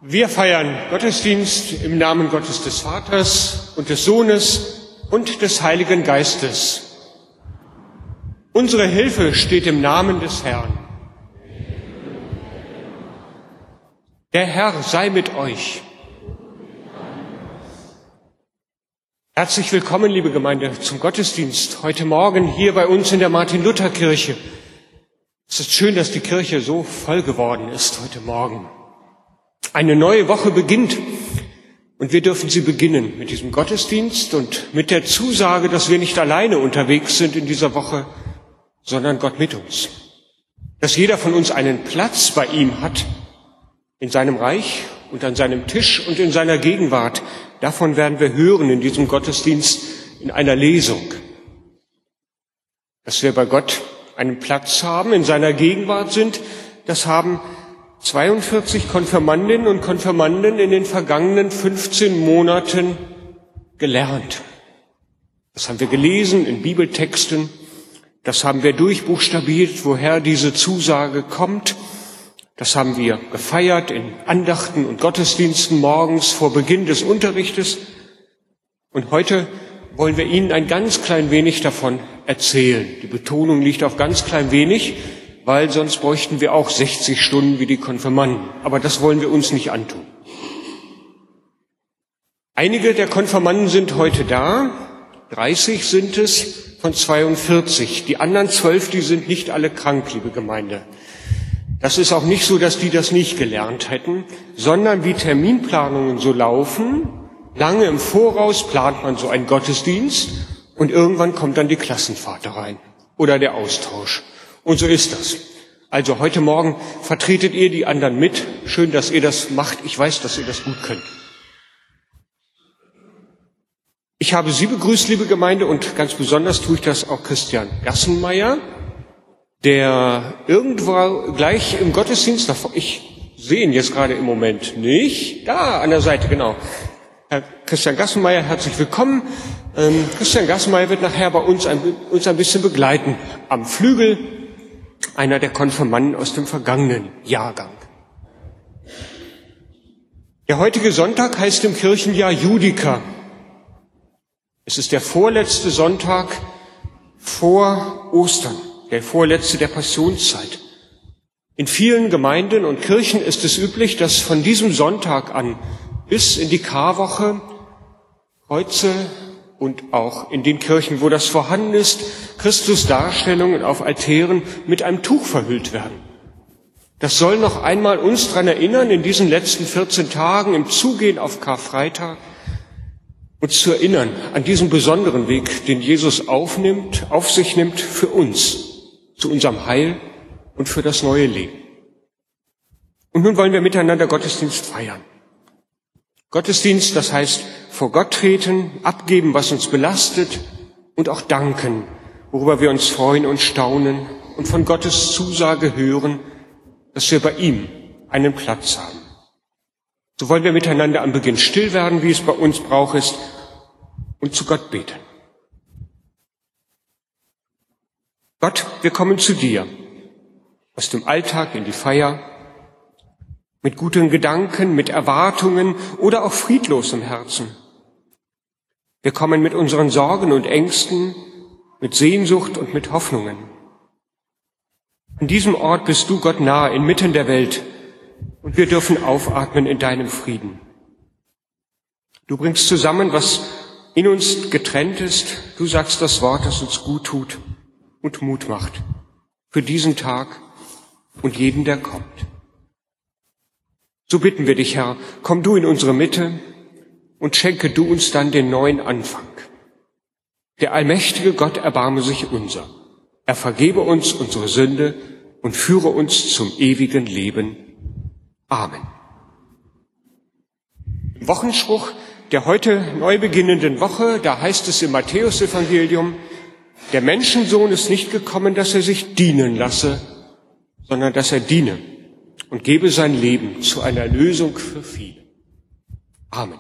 Wir feiern Gottesdienst im Namen Gottes des Vaters und des Sohnes und des Heiligen Geistes. Unsere Hilfe steht im Namen des Herrn. Der Herr sei mit euch. Herzlich willkommen, liebe Gemeinde, zum Gottesdienst heute Morgen hier bei uns in der Martin-Luther-Kirche. Es ist schön, dass die Kirche so voll geworden ist heute Morgen. Eine neue Woche beginnt und wir dürfen sie beginnen mit diesem Gottesdienst und mit der Zusage, dass wir nicht alleine unterwegs sind in dieser Woche, sondern Gott mit uns. Dass jeder von uns einen Platz bei ihm hat, in seinem Reich und an seinem Tisch und in seiner Gegenwart. Davon werden wir hören in diesem Gottesdienst in einer Lesung. Dass wir bei Gott einen Platz haben, in seiner Gegenwart sind, das haben 42 Konfirmandinnen und Konfirmanden in den vergangenen 15 Monaten gelernt. Das haben wir gelesen in Bibeltexten, das haben wir durchbuchstabiert, woher diese Zusage kommt. Das haben wir gefeiert in Andachten und Gottesdiensten morgens vor Beginn des Unterrichtes. Und heute wollen wir Ihnen ein ganz klein wenig davon erzählen. Die Betonung liegt auf ganz klein wenig, weil sonst bräuchten wir auch 60 Stunden wie die Konfirmanden. Aber das wollen wir uns nicht antun. Einige der Konfirmanden sind heute da, 30 sind es von 42. Die anderen 12, die sind nicht alle krank, liebe Gemeinde. Das ist auch nicht so, dass die das nicht gelernt hätten, sondern wie Terminplanungen so laufen, lange im Voraus plant man so einen Gottesdienst und irgendwann kommt dann die Klassenfahrt da rein oder der Austausch. Und so ist das. Also heute Morgen vertretet ihr die anderen mit. Schön, dass ihr das macht. Ich weiß, dass ihr das gut könnt. Ich habe Sie begrüßt, liebe Gemeinde, und ganz besonders tue ich das auch Christian Gassenmeier, der irgendwo gleich im Gottesdienst, ich sehe ihn jetzt gerade im Moment nicht, da an der Seite, genau. Herr Christian Gassenmeier, herzlich willkommen. Christian Gassenmeier wird nachher bei uns ein bisschen begleiten am Flügel, einer der Konfirmanden aus dem vergangenen Jahrgang. Der heutige Sonntag heißt im Kirchenjahr Judica. Es ist der vorletzte Sonntag vor Ostern, der vorletzte der Passionszeit. In vielen Gemeinden und Kirchen ist es üblich, dass von diesem Sonntag an bis in die Karwoche Kreuze und auch in den Kirchen, wo das vorhanden ist, Christusdarstellungen auf Altären mit einem Tuch verhüllt werden. Das soll noch einmal uns daran erinnern, in diesen letzten 14 Tagen im Zugehen auf Karfreitag, uns zu erinnern an diesen besonderen Weg, den Jesus auf sich nimmt für uns, zu unserem Heil und für das neue Leben. Und nun wollen wir miteinander Gottesdienst feiern. Gottesdienst, das heißt vor Gott treten, abgeben, was uns belastet und auch danken, worüber wir uns freuen und staunen und von Gottes Zusage hören, dass wir bei ihm einen Platz haben. So wollen wir miteinander am Beginn still werden, wie es bei uns Brauch ist, und zu Gott beten. Gott, wir kommen zu dir, aus dem Alltag in die Feier, mit guten Gedanken, mit Erwartungen oder auch friedlos im Herzen. Wir kommen mit unseren Sorgen und Ängsten, mit Sehnsucht und mit Hoffnungen. An diesem Ort bist du Gott nahe, inmitten der Welt, und wir dürfen aufatmen in deinem Frieden. Du bringst zusammen, was in uns getrennt ist. Du sagst das Wort, das uns gut tut und Mut macht für diesen Tag und jeden, der kommt. So bitten wir dich, Herr, komm du in unsere Mitte und schenke du uns dann den neuen Anfang. Der allmächtige Gott erbarme sich unser. Er vergebe uns unsere Sünde und führe uns zum ewigen Leben. Amen. Im Wochenspruch der heute neu beginnenden Woche, da heißt es im Matthäusevangelium, der Menschensohn ist nicht gekommen, dass er sich dienen lasse, sondern dass er diene und gebe sein Leben zu einer Erlösung für viele. Amen.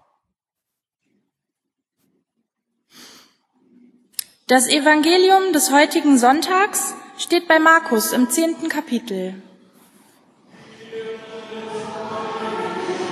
Das Evangelium des heutigen Sonntags steht bei Markus im 10. Kapitel.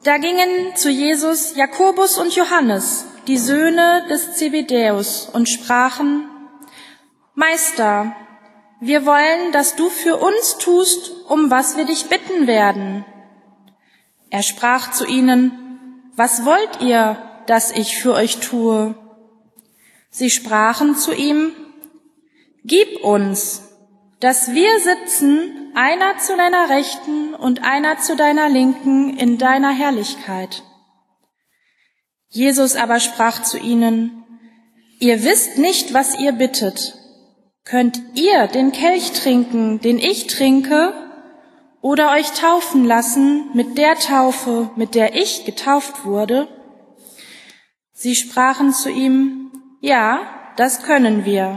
Da gingen zu Jesus Jakobus und Johannes, die Söhne des Zebedäus, und sprachen: Meister, wir wollen, dass du für uns tust, um was wir dich bitten werden. Er sprach zu ihnen: Was wollt ihr, dass ich für euch tue? Sie sprachen zu ihm: Gib uns, dass wir sitzen, einer zu deiner Rechten und einer zu deiner Linken in deiner Herrlichkeit. Jesus aber sprach zu ihnen: Ihr wisst nicht, was ihr bittet. Könnt ihr den Kelch trinken, den ich trinke, oder euch taufen lassen mit der Taufe, mit der ich getauft wurde? Sie sprachen zu ihm: Ja, das können wir.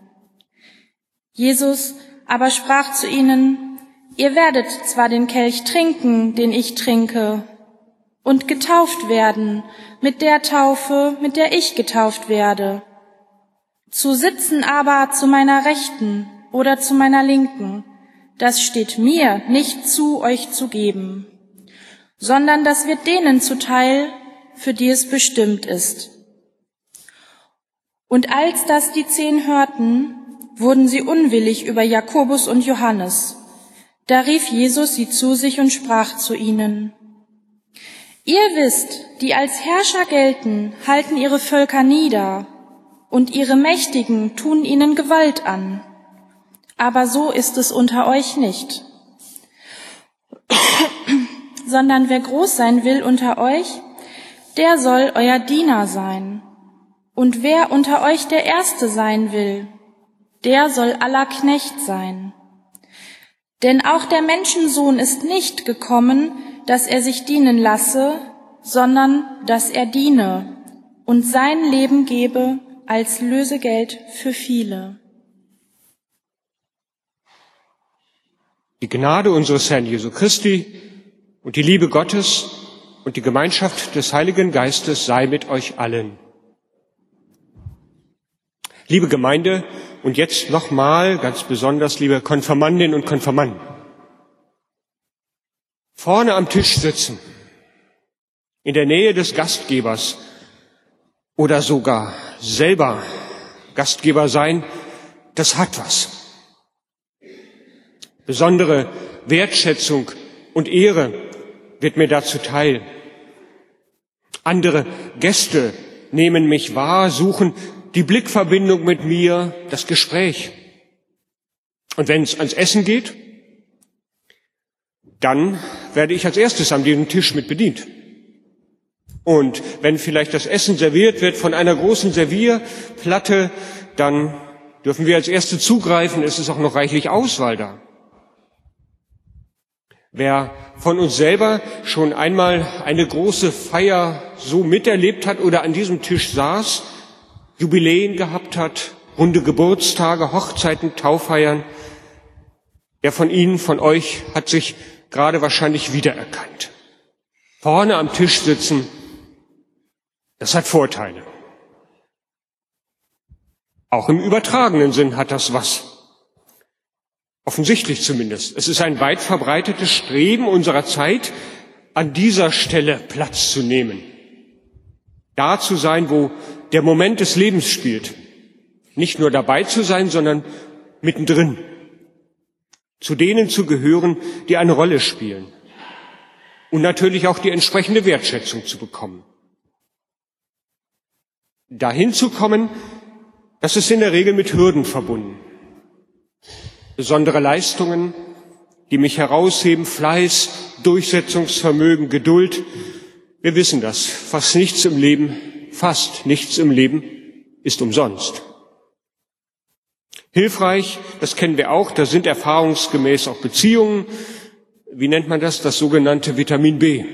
Jesus aber sprach zu ihnen: Ihr werdet zwar den Kelch trinken, den ich trinke, und getauft werden mit der Taufe, mit der ich getauft werde. Zu sitzen aber zu meiner Rechten oder zu meiner Linken, das steht mir nicht zu, euch zu geben, sondern das wird denen zuteil, für die es bestimmt ist. Und als das die 10 hörten, wurden sie unwillig über Jakobus und Johannes. Da rief Jesus sie zu sich und sprach zu ihnen: Ihr wisst, die als Herrscher gelten, halten ihre Völker nieder, und ihre Mächtigen tun ihnen Gewalt an. Aber so ist es unter euch nicht. Sondern wer groß sein will unter euch, der soll euer Diener sein. Und wer unter euch der Erste sein will, der soll aller Knecht sein. Denn auch der Menschensohn ist nicht gekommen, dass er sich dienen lasse, sondern dass er diene und sein Leben gebe als Lösegeld für viele. Die Gnade unseres Herrn Jesu Christi und die Liebe Gottes und die Gemeinschaft des Heiligen Geistes sei mit euch allen. Liebe Gemeinde, und jetzt nochmal ganz besonders liebe Konfirmandinnen und Konfirmanden. Vorne am Tisch sitzen, in der Nähe des Gastgebers oder sogar selber Gastgeber sein, das hat was. Besondere Wertschätzung und Ehre wird mir dazu teil. Andere Gäste nehmen mich wahr, suchen die Blickverbindung mit mir, das Gespräch. Und wenn es ans Essen geht, dann werde ich als erstes an diesem Tisch mit bedient. Und wenn vielleicht das Essen serviert wird von einer großen Servierplatte, dann dürfen wir als Erste zugreifen. Es ist auch noch reichlich Auswahl da. Wer von uns selber schon einmal eine große Feier so miterlebt hat oder an diesem Tisch saß, Jubiläen gehabt hat, runde Geburtstage, Hochzeiten, Tauffeiern, der von Ihnen, von euch hat sich gerade wahrscheinlich wiedererkannt. Vorne am Tisch sitzen, das hat Vorteile. Auch im übertragenen Sinn hat das was. Offensichtlich zumindest. Es ist ein weit verbreitetes Streben unserer Zeit, an dieser Stelle Platz zu nehmen. Da zu sein, wo der Moment des Lebens spielt. Nicht nur dabei zu sein, sondern mittendrin. Zu denen zu gehören, die eine Rolle spielen. Und natürlich auch die entsprechende Wertschätzung zu bekommen. Dahin zu kommen, das ist in der Regel mit Hürden verbunden. Besondere Leistungen, die mich herausheben, Fleiß, Durchsetzungsvermögen, Geduld. Wir wissen das, fast nichts im Leben ist umsonst. Hilfreich, das kennen wir auch, da sind erfahrungsgemäß auch Beziehungen. Wie nennt man das? Das sogenannte Vitamin B.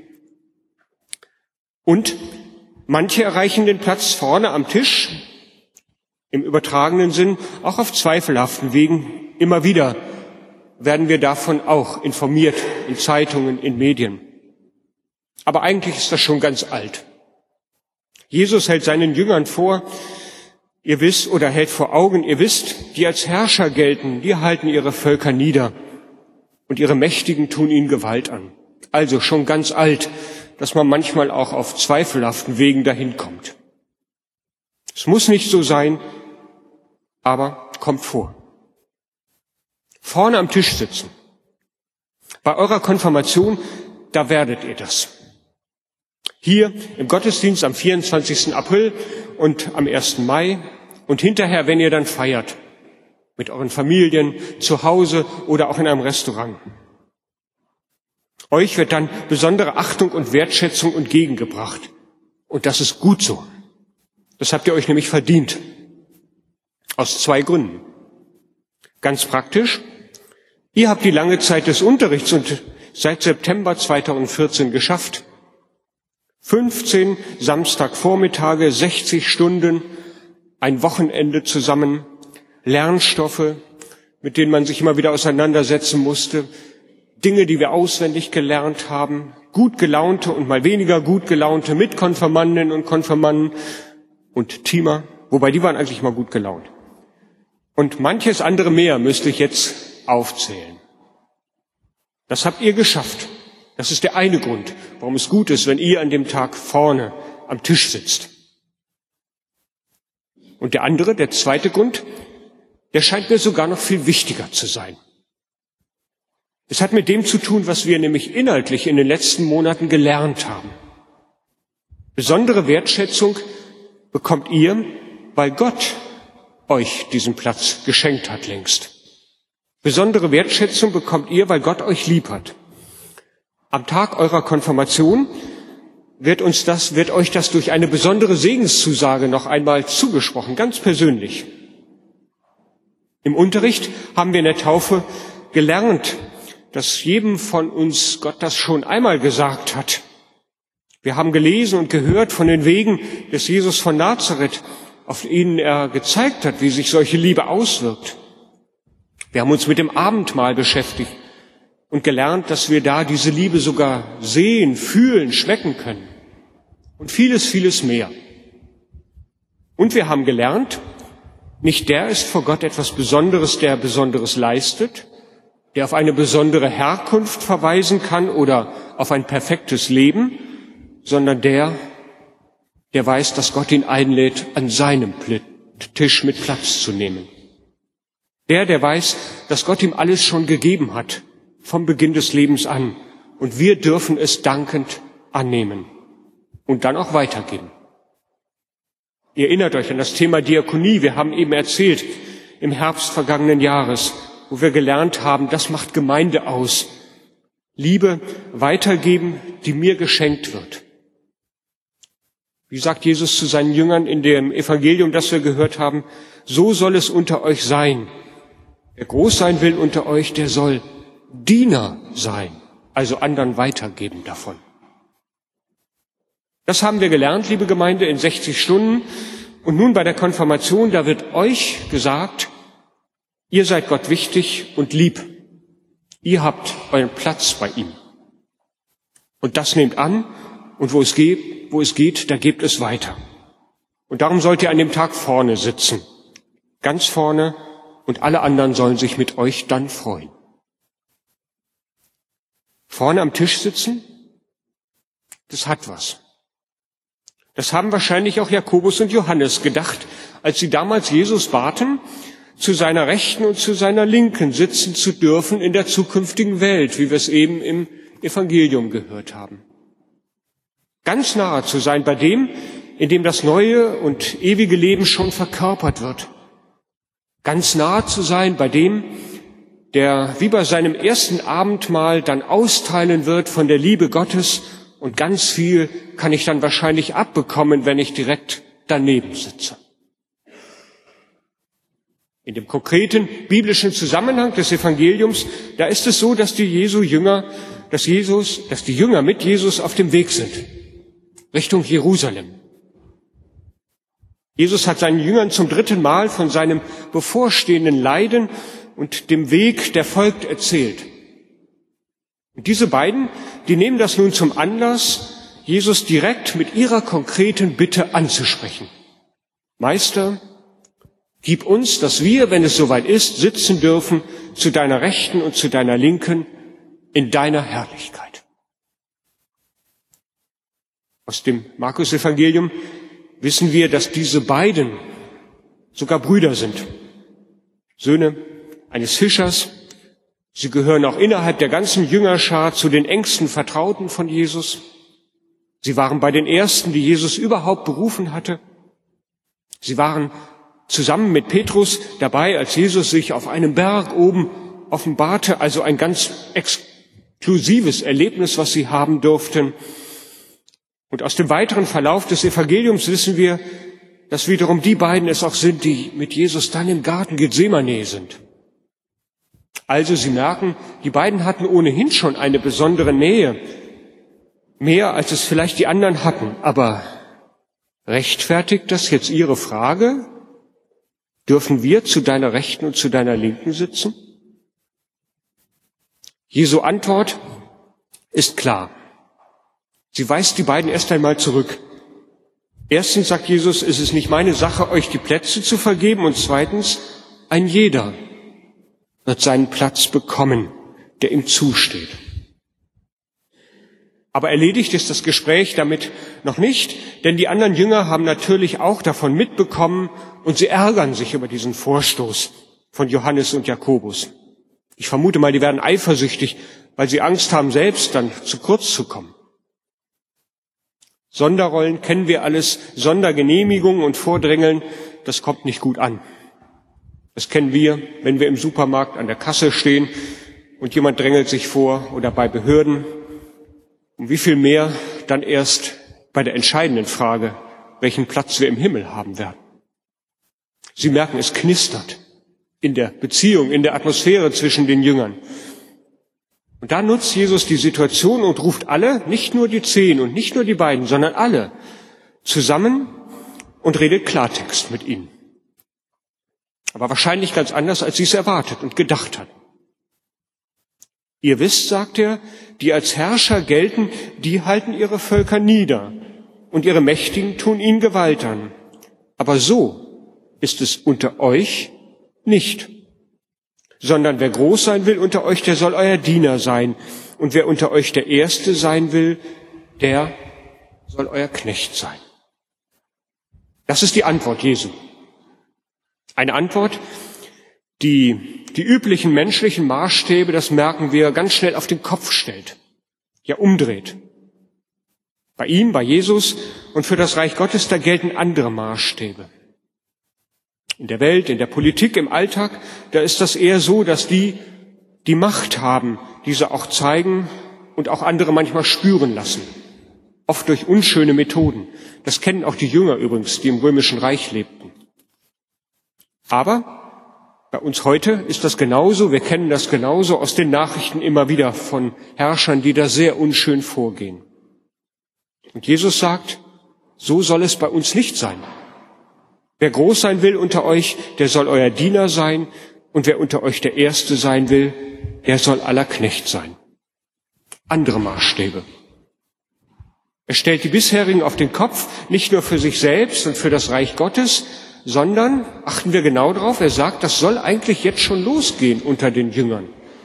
Und manche erreichen den Platz vorne am Tisch, im übertragenen Sinn, auch auf zweifelhaften Wegen. Immer wieder werden wir davon auch informiert, in Zeitungen, in Medien. Aber eigentlich ist das schon ganz alt. Jesus hält seinen Jüngern vor, ihr wisst, oder hält vor Augen, ihr wisst, die als Herrscher gelten, die halten ihre Völker nieder und ihre Mächtigen tun ihnen Gewalt an. Also schon ganz alt dass man manchmal auch auf zweifelhaften Wegen dahin kommt. Es muss nicht so sein, aber kommt vor. Vorne am Tisch sitzen. Bei eurer Konfirmation, da werdet ihr das. Hier im Gottesdienst am 24. April und am 1. Mai und hinterher, wenn ihr dann feiert, mit euren Familien, zu Hause oder auch in einem Restaurant. Euch wird dann besondere Achtung und Wertschätzung entgegengebracht. Und das ist gut so. Das habt ihr euch nämlich verdient. Aus 2 Gründen. Ganz praktisch. Ihr habt die lange Zeit des Unterrichts und seit September 2014 geschafft. 15 Samstagvormittage, 60 Stunden, ein Wochenende zusammen, Lernstoffe, mit denen man sich immer wieder auseinandersetzen musste, Dinge, die wir auswendig gelernt haben, gut gelaunte und mal weniger gut gelaunte Mitkonfirmandinnen und Konfirmanden und Teamer, wobei die waren eigentlich mal gut gelaunt. Und manches andere mehr müsste ich jetzt aufzählen. Das habt ihr geschafft. Das ist der eine Grund, warum es gut ist, wenn ihr an dem Tag vorne am Tisch sitzt. Und der zweite Grund, der scheint mir sogar noch viel wichtiger zu sein. Es hat mit dem zu tun, was wir nämlich inhaltlich in den letzten Monaten gelernt haben. Besondere Wertschätzung bekommt ihr, weil Gott euch diesen Platz geschenkt hat längst. Besondere Wertschätzung bekommt ihr, weil Gott euch lieb hat. Am Tag eurer Konfirmation wird euch das durch eine besondere Segenszusage noch einmal zugesprochen, ganz persönlich. Im Unterricht haben wir in der Taufe gelernt, dass jedem von uns Gott das schon einmal gesagt hat. Wir haben gelesen und gehört von den Wegen des Jesus von Nazareth, auf denen er gezeigt hat, wie sich solche Liebe auswirkt. Wir haben uns mit dem Abendmahl beschäftigt und gelernt, dass wir da diese Liebe sogar sehen, fühlen, schmecken können. Und vieles, vieles mehr. Und wir haben gelernt, nicht der ist vor Gott etwas Besonderes, der Besonderes leistet, der auf eine besondere Herkunft verweisen kann oder auf ein perfektes Leben, sondern der weiß, dass Gott ihn einlädt, an seinem Tisch mit Platz zu nehmen. Der weiß, dass Gott ihm alles schon gegeben hat, vom Beginn des Lebens an. Und wir dürfen es dankend annehmen und dann auch weitergeben. Ihr erinnert euch an das Thema Diakonie. Wir haben eben erzählt, im Herbst vergangenen Jahres, wo wir gelernt haben, das macht Gemeinde aus. Liebe weitergeben, die mir geschenkt wird. Wie sagt Jesus zu seinen Jüngern in dem Evangelium, das wir gehört haben, so soll es unter euch sein. Wer groß sein will unter euch, der soll Diener sein, also anderen weitergeben davon. Das haben wir gelernt, liebe Gemeinde, in 60 Stunden. Und nun bei der Konfirmation, da wird euch gesagt, ihr seid Gott wichtig und lieb. Ihr habt euren Platz bei ihm. Und das nehmt an, und wo es geht, da gebt es weiter. Und darum sollt ihr an dem Tag vorne sitzen. Ganz vorne, und alle anderen sollen sich mit euch dann freuen. Vorne am Tisch sitzen, das hat was. Das haben wahrscheinlich auch Jakobus und Johannes gedacht, als sie damals Jesus baten, zu seiner Rechten und zu seiner Linken sitzen zu dürfen in der zukünftigen Welt, wie wir es eben im Evangelium gehört haben. Ganz nahe zu sein bei dem, in dem das neue und ewige Leben schon verkörpert wird. Ganz nahe zu sein bei dem, der wie bei seinem ersten Abendmahl dann austeilen wird von der Liebe Gottes, und ganz viel kann ich dann wahrscheinlich abbekommen, wenn ich direkt daneben sitze. In dem konkreten biblischen Zusammenhang des Evangeliums, da ist es so, dass die Jünger mit Jesus auf dem Weg sind, Richtung Jerusalem. Jesus hat seinen Jüngern zum 3. Mal von seinem bevorstehenden Leiden und dem Weg, der folgt, erzählt. Und diese beiden, die nehmen das nun zum Anlass, Jesus direkt mit ihrer konkreten Bitte anzusprechen. Meister, gib uns, dass wir, wenn es soweit ist, sitzen dürfen zu deiner Rechten und zu deiner Linken in deiner Herrlichkeit. Aus dem Markus-Evangelium wissen wir, dass diese beiden sogar Brüder sind. Söhne eines Fischers. Sie gehören auch innerhalb der ganzen Jüngerschar zu den engsten Vertrauten von Jesus. Sie waren bei den Ersten, die Jesus überhaupt berufen hatte. Sie waren zusammen mit Petrus dabei, als Jesus sich auf einem Berg oben offenbarte, also ein ganz exklusives Erlebnis, was sie haben durften. Und aus dem weiteren Verlauf des Evangeliums wissen wir, dass wiederum die beiden es auch sind, die mit Jesus dann im Garten Gethsemane sind. Also Sie merken, die beiden hatten ohnehin schon eine besondere Nähe, mehr als es vielleicht die anderen hatten. Aber rechtfertigt das jetzt Ihre Frage? Dürfen wir zu deiner Rechten und zu deiner Linken sitzen? Jesu Antwort ist klar. Sie weist die beiden erst einmal zurück. Erstens sagt Jesus, es ist nicht meine Sache, euch die Plätze zu vergeben. Und zweitens, ein jeder wird seinen Platz bekommen, der ihm zusteht. Aber erledigt ist das Gespräch damit noch nicht, denn die anderen Jünger haben natürlich auch davon mitbekommen und sie ärgern sich über diesen Vorstoß von Johannes und Jakobus. Ich vermute mal, die werden eifersüchtig, weil sie Angst haben, selbst dann zu kurz zu kommen. Sonderrollen kennen wir alles, Sondergenehmigungen und Vordrängeln, das kommt nicht gut an. Das kennen wir, wenn wir im Supermarkt an der Kasse stehen und jemand drängelt sich vor oder bei Behörden. Und wie viel mehr dann erst bei der entscheidenden Frage, welchen Platz wir im Himmel haben werden. Sie merken, es knistert in der Beziehung, in der Atmosphäre zwischen den Jüngern. Und da nutzt Jesus die Situation und ruft alle, nicht nur die 10 und nicht nur die beiden, sondern alle zusammen und redet Klartext mit ihnen. Aber wahrscheinlich ganz anders, als sie es erwartet und gedacht hatten. Ihr wisst, sagt er, die als Herrscher gelten, die halten ihre Völker nieder und ihre Mächtigen tun ihnen Gewalt an. Aber so ist es unter euch nicht. Sondern wer groß sein will unter euch, der soll euer Diener sein. Und wer unter euch der Erste sein will, der soll euer Knecht sein. Das ist die Antwort Jesu. Eine Antwort, die üblichen menschlichen Maßstäbe, das merken wir, ganz schnell auf den Kopf stellt, ja umdreht. Bei ihm, bei Jesus und für das Reich Gottes, da gelten andere Maßstäbe. In der Welt, in der Politik, im Alltag, da ist das eher so, dass die Macht haben, diese auch zeigen und auch andere manchmal spüren lassen. Oft durch unschöne Methoden. Das kennen auch die Jünger übrigens, die im Römischen Reich lebten. Aber bei uns heute ist das genauso, wir kennen das genauso aus den Nachrichten immer wieder von Herrschern, die da sehr unschön vorgehen. Und Jesus sagt, so soll es bei uns nicht sein. Wer groß sein will unter euch, der soll euer Diener sein, und wer unter euch der Erste sein will, der soll aller Knecht sein. Andere Maßstäbe. Er stellt die bisherigen auf den Kopf, nicht nur für sich selbst und für das Reich Gottes, sondern, achten wir genau drauf, er sagt, das soll eigentlich jetzt schon losgehen unter den Jüngern.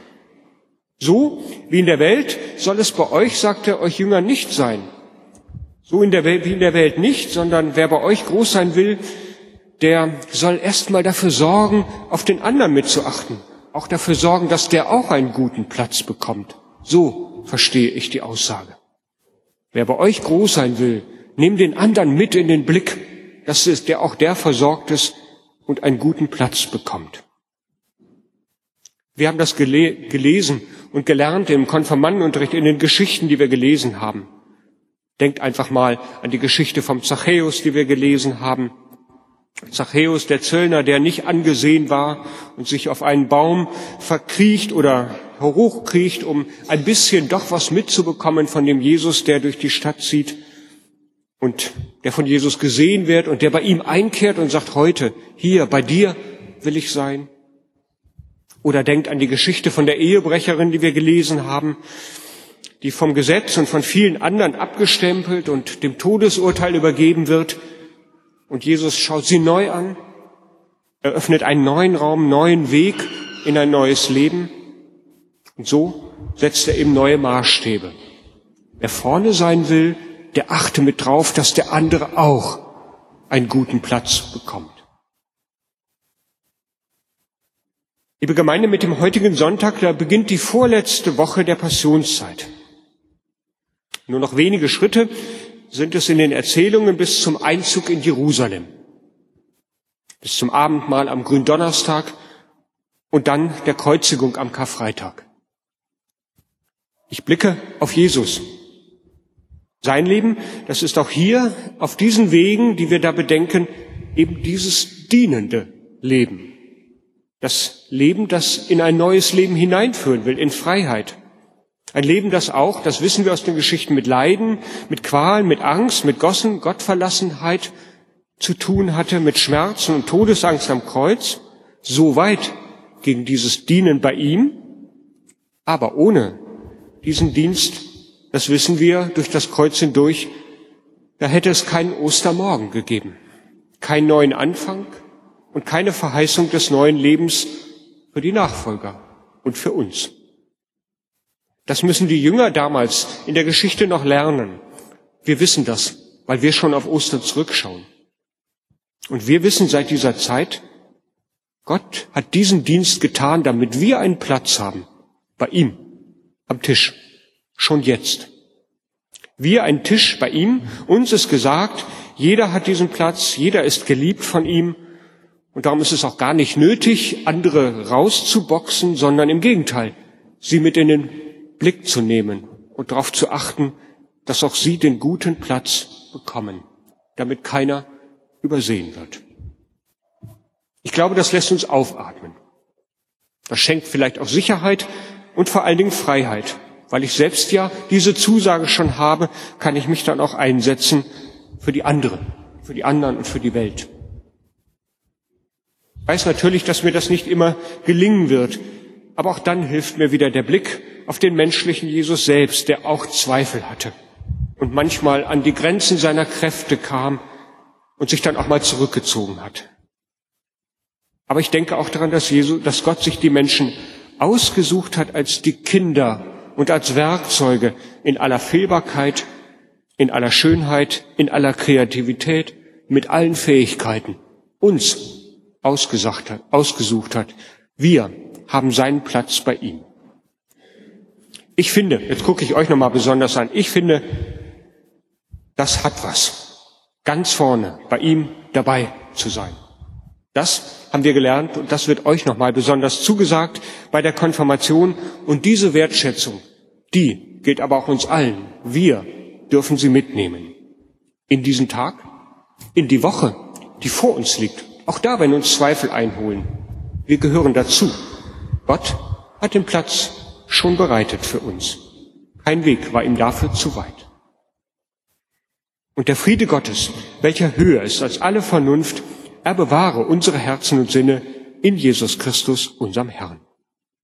So wie in der Welt soll es bei euch, sagt er, euch Jünger nicht sein. So wie in der Welt nicht, sondern wer bei euch groß sein will, der soll erst mal dafür sorgen, auf den anderen mitzuachten. Auch dafür sorgen, dass der auch einen guten Platz bekommt. So verstehe ich die Aussage. Wer bei euch groß sein will, nehmt den anderen mit in den Blick, dass es der auch der versorgt ist und einen guten Platz bekommt. Wir haben das gelesen und gelernt im Konfirmandenunterricht in den Geschichten, die wir gelesen haben. Denkt einfach mal an die Geschichte vom Zachäus, die wir gelesen haben. Zachäus, der Zöllner, der nicht angesehen war und sich auf einen Baum verkriecht oder hochkriecht, um ein bisschen doch was mitzubekommen von dem Jesus, der durch die Stadt zieht und der von Jesus gesehen wird und der bei ihm einkehrt und sagt, heute, hier, bei dir will ich sein. Oder denkt an die Geschichte von der Ehebrecherin, die wir gelesen haben, die vom Gesetz und von vielen anderen abgestempelt und dem Todesurteil übergeben wird. Und Jesus schaut sie neu an, eröffnet einen neuen Raum, neuen Weg in ein neues Leben. Und so setzt er eben neue Maßstäbe. Wer vorne sein will, der achte mit drauf, dass der andere auch einen guten Platz bekommt. Liebe Gemeinde, mit dem heutigen Sonntag, da beginnt die vorletzte Woche der Passionszeit. Nur noch wenige Schritte sind es in den Erzählungen bis zum Einzug in Jerusalem, bis zum Abendmahl am Gründonnerstag und dann der Kreuzigung am Karfreitag. Ich blicke auf Jesus. Sein Leben, das ist auch hier auf diesen Wegen, die wir da bedenken, eben dieses dienende Leben. Das Leben, das in ein neues Leben hineinführen will, in Freiheit. Ein Leben, das auch, das wissen wir aus den Geschichten, mit Leiden, mit Qualen, mit Angst, mit Gottverlassenheit zu tun hatte, mit Schmerzen und Todesangst am Kreuz. So weit gegen dieses Dienen bei ihm, aber ohne diesen Dienst, das wissen wir durch das Kreuz hindurch, da hätte es keinen Ostermorgen gegeben, keinen neuen Anfang und keine Verheißung des neuen Lebens für die Nachfolger und für uns. Das müssen die Jünger damals in der Geschichte noch lernen. Wir wissen das, weil wir schon auf Ostern zurückschauen. Und wir wissen seit dieser Zeit, Gott hat diesen Dienst getan, damit wir einen Platz haben, bei ihm, am Tisch, schon jetzt. Wir einen Tisch bei ihm, uns ist gesagt, jeder hat diesen Platz, jeder ist geliebt von ihm. Und darum ist es auch gar nicht nötig, andere rauszuboxen, sondern im Gegenteil, sie mit in den Blick zu nehmen und darauf zu achten, dass auch sie den guten Platz bekommen, damit keiner übersehen wird. Ich glaube, das lässt uns aufatmen. Das schenkt vielleicht auch Sicherheit und vor allen Dingen Freiheit. Weil ich selbst ja diese Zusage schon habe, kann ich mich dann auch einsetzen für die anderen und für die Welt. Ich weiß natürlich, dass mir das nicht immer gelingen wird, aber auch dann hilft mir wieder der Blick auf den menschlichen Jesus selbst, der auch Zweifel hatte und manchmal an die Grenzen seiner Kräfte kam und sich dann auch mal zurückgezogen hat. Aber ich denke auch daran, dass Gott sich die Menschen ausgesucht hat als die Kinder und als Werkzeuge in aller Fehlbarkeit, in aller Schönheit, in aller Kreativität, mit allen Fähigkeiten uns ausgesucht hat. Wir haben seinen Platz bei ihm. Ich finde, jetzt gucke ich euch nochmal besonders an, ich finde, das hat was, ganz vorne bei ihm dabei zu sein. Das haben wir gelernt und das wird euch nochmal besonders zugesagt bei der Konfirmation. Und diese Wertschätzung, die gilt aber auch uns allen. Wir dürfen sie mitnehmen. In diesen Tag, in die Woche, die vor uns liegt. Auch da, wenn uns Zweifel einholen. Wir gehören dazu. Gott hat den Platz schon bereitet für uns. Kein Weg war ihm dafür zu weit. Und der Friede Gottes, welcher höher ist als alle Vernunft, er bewahre unsere Herzen und Sinne in Jesus Christus, unserem Herrn.